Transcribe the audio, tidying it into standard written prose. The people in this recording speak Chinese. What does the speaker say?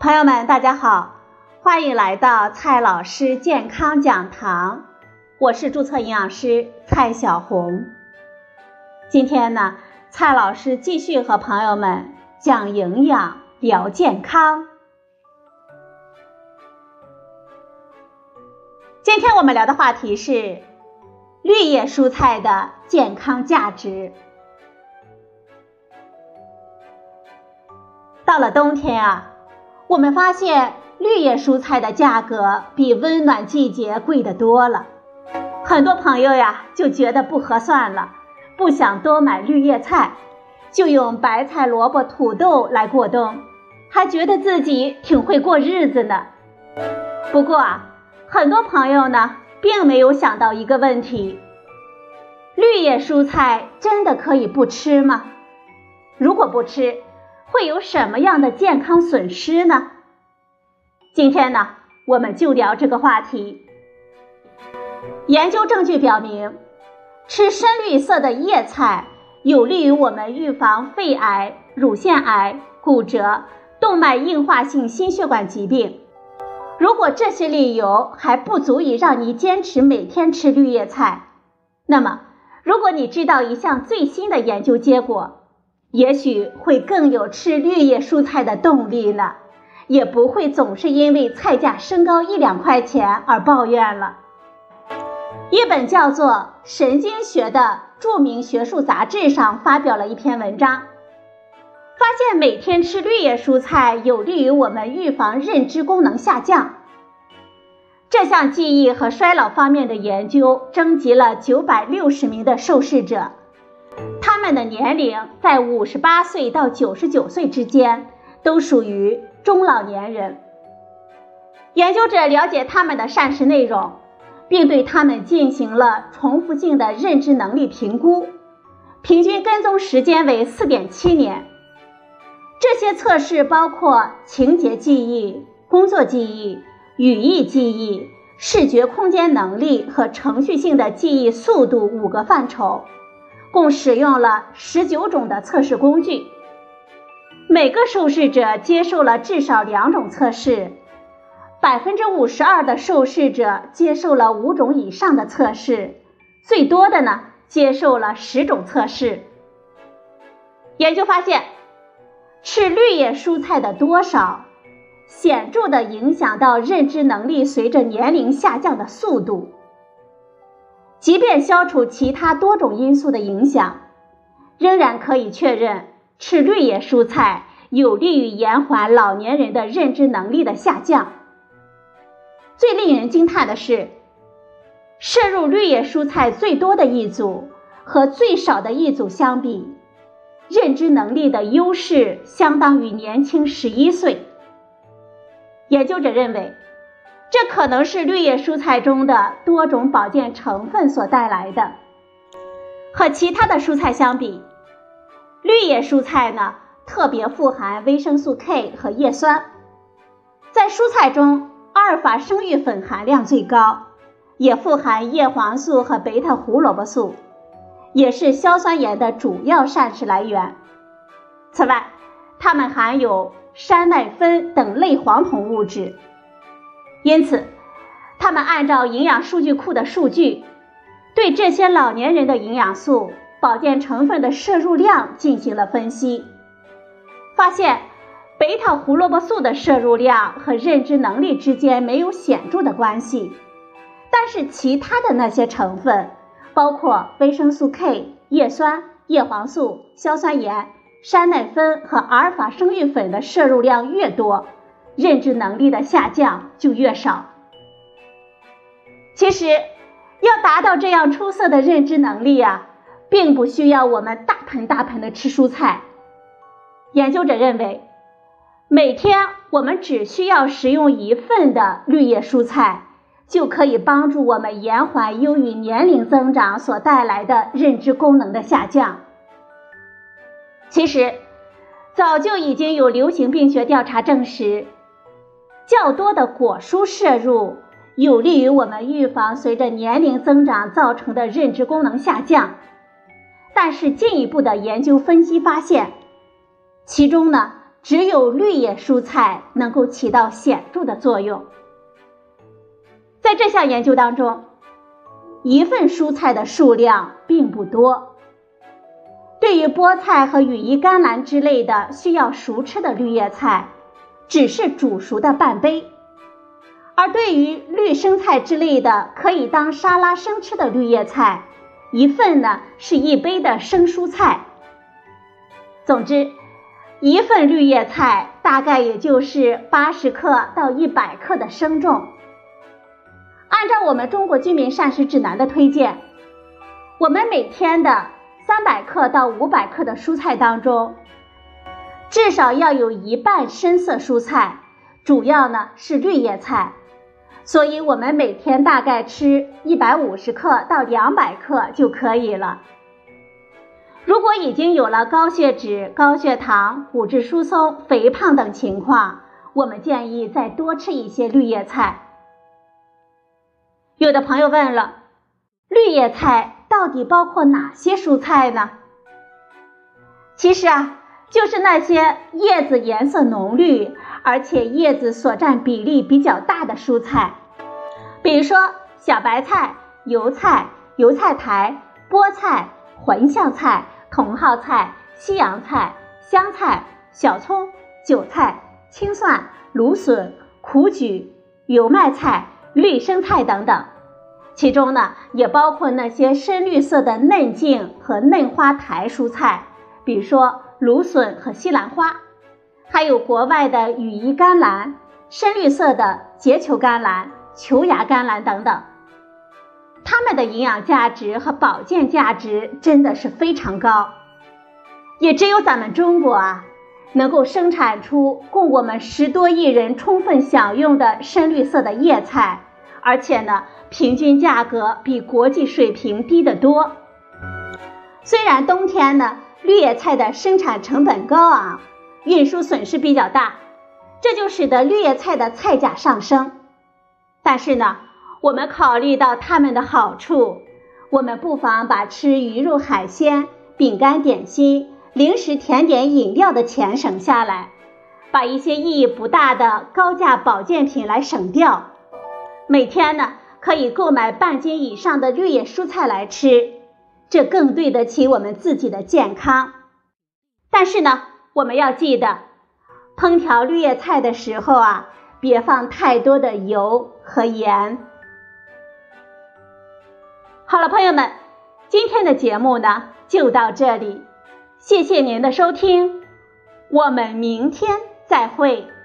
朋友们，大家好，欢迎来到蔡老师健康讲堂，我是注册营养师蔡小红。今天呢，蔡老师继续和朋友们讲营养聊健康。今天我们聊的话题是绿叶蔬菜的健康价值。到了冬天啊，我们发现绿叶蔬菜的价格比温暖季节贵得多了。很多朋友呀就觉得不合算了，不想多买绿叶菜，就用白菜、萝卜、土豆来过冬，还觉得自己挺会过日子呢。不过啊，很多朋友呢并没有想到一个问题，绿叶蔬菜真的可以不吃吗？如果不吃，会有什么样的健康损失呢？今天呢，我们就聊这个话题。研究证据表明，吃深绿色的叶菜有利于我们预防肺癌、乳腺癌、骨折、动脉硬化性心血管疾病。如果这些理由还不足以让你坚持每天吃绿叶菜，那么如果你知道一项最新的研究结果，也许会更有吃绿叶蔬菜的动力呢，也不会总是因为菜价升高1-2块钱而抱怨了。一本叫做《神经学》的著名学术杂志上发表了一篇文章，发现每天吃绿叶蔬菜有利于我们预防认知功能下降。这项记忆和衰老方面的研究征集了960名的受试者，他们的年龄在58岁到99岁之间，都属于中老年人。研究者了解他们的膳食内容，并对他们进行了重复性的认知能力评估，平均跟踪时间为4.7年。这些测试包括情节记忆、工作记忆、语义记忆、视觉空间能力和程序性的记忆速度5个范畴，共使用了19种的测试工具。每个受试者接受了至少2种测试，52%的受试者接受了5种以上的测试，最多的呢接受了10种测试。研究发现，吃绿叶蔬菜的多少显著地影响到认知能力随着年龄下降的速度。即便消除其他多种因素的影响，仍然可以确认吃绿叶蔬菜有利于延缓老年人的认知能力的下降。最令人惊叹的是，摄入绿叶蔬菜最多的一组和最少的一组相比，认知能力的优势相当于年轻11岁。研究者认为，这可能是绿叶蔬菜中的多种保健成分所带来的。和其他的蔬菜相比，绿叶蔬菜呢特别富含维生素 K 和叶酸。在蔬菜中，阿尔法生育粉含量最高，也富含叶黄素和贝塔胡萝卜素，也是硝酸盐的主要膳食来源。此外，它们含有山奈酚等类黄酮物质。因此，他们按照营养数据库的数据，对这些老年人的营养素、保健成分的摄入量进行了分析，发现贝塔胡萝卜素的摄入量和认知能力之间没有显著的关系，但是其他的那些成分，包括维生素 K、叶酸、叶黄素、硝酸盐、山奈酚和阿尔法生育粉的摄入量越多，认知能力的下降就越少。其实，要达到这样出色的认知能力啊，并不需要我们大盆大盆的吃蔬菜。研究者认为，每天我们只需要食用1份的绿叶蔬菜，就可以帮助我们延缓由于年龄增长所带来的认知功能的下降。其实，早就已经有流行病学调查证实，较多的果蔬摄入有利于我们预防随着年龄增长造成的认知功能下降。但是进一步的研究分析发现，其中呢， 只有绿叶蔬菜能够起到显著的作用。在这项研究当中，一份蔬菜的数量并不多。对于菠菜和羽衣甘蓝之类的需要熟吃的绿叶菜，只是煮熟的半杯。而对于绿生菜之类的可以当沙拉生吃的绿叶菜，一份呢是1杯的生蔬菜。总之，一份绿叶菜大概也就是80克到100克的生重。按照我们中国居民膳食指南的推荐，我们每天的300克到500克的蔬菜当中，至少要有一半深色蔬菜，主要呢是绿叶菜。所以我们每天大概吃150克到200克就可以了。如果已经有了高血脂、高血糖、骨质疏松、肥胖等情况，我们建议再多吃一些绿叶菜。有的朋友问了，绿叶菜到底包括哪些蔬菜呢？其实就是那些叶子颜色浓绿，而且叶子所占比例比较大的蔬菜，比如说小白菜、油菜、油菜苔、菠菜、茴香菜、茼蒿菜、西洋菜、香菜、小葱、韭菜、青蒜、芦笋、苦苣、油麦菜、绿生菜等等。其中呢，也包括那些深绿色的嫩茎和嫩花苔蔬菜，比如说芦笋和西兰花，还有国外的羽衣甘蓝、深绿色的结球甘蓝、球芽甘蓝等等。它们的营养价值和保健价值真的是非常高，也只有咱们中国能够生产出供我们10多亿人充分享用的深绿色的叶菜，而且呢，平均价格比国际水平低得多。虽然冬天呢，绿叶菜的生产成本高昂，运输损失比较大，这就使得绿叶菜的菜价上升。但是呢，我们考虑到它们的好处，我们不妨把吃鱼肉海鲜、饼干点心、零食甜点饮料的钱省下来，把一些意义不大的高价保健品来省掉。每天呢，可以购买半斤以上的绿叶蔬菜来吃，这更对得起我们自己的健康。但是呢，我们要记得，烹调绿叶菜的时候别放太多的油和盐。好了，朋友们，今天的节目呢就到这里，谢谢您的收听，我们明天再会。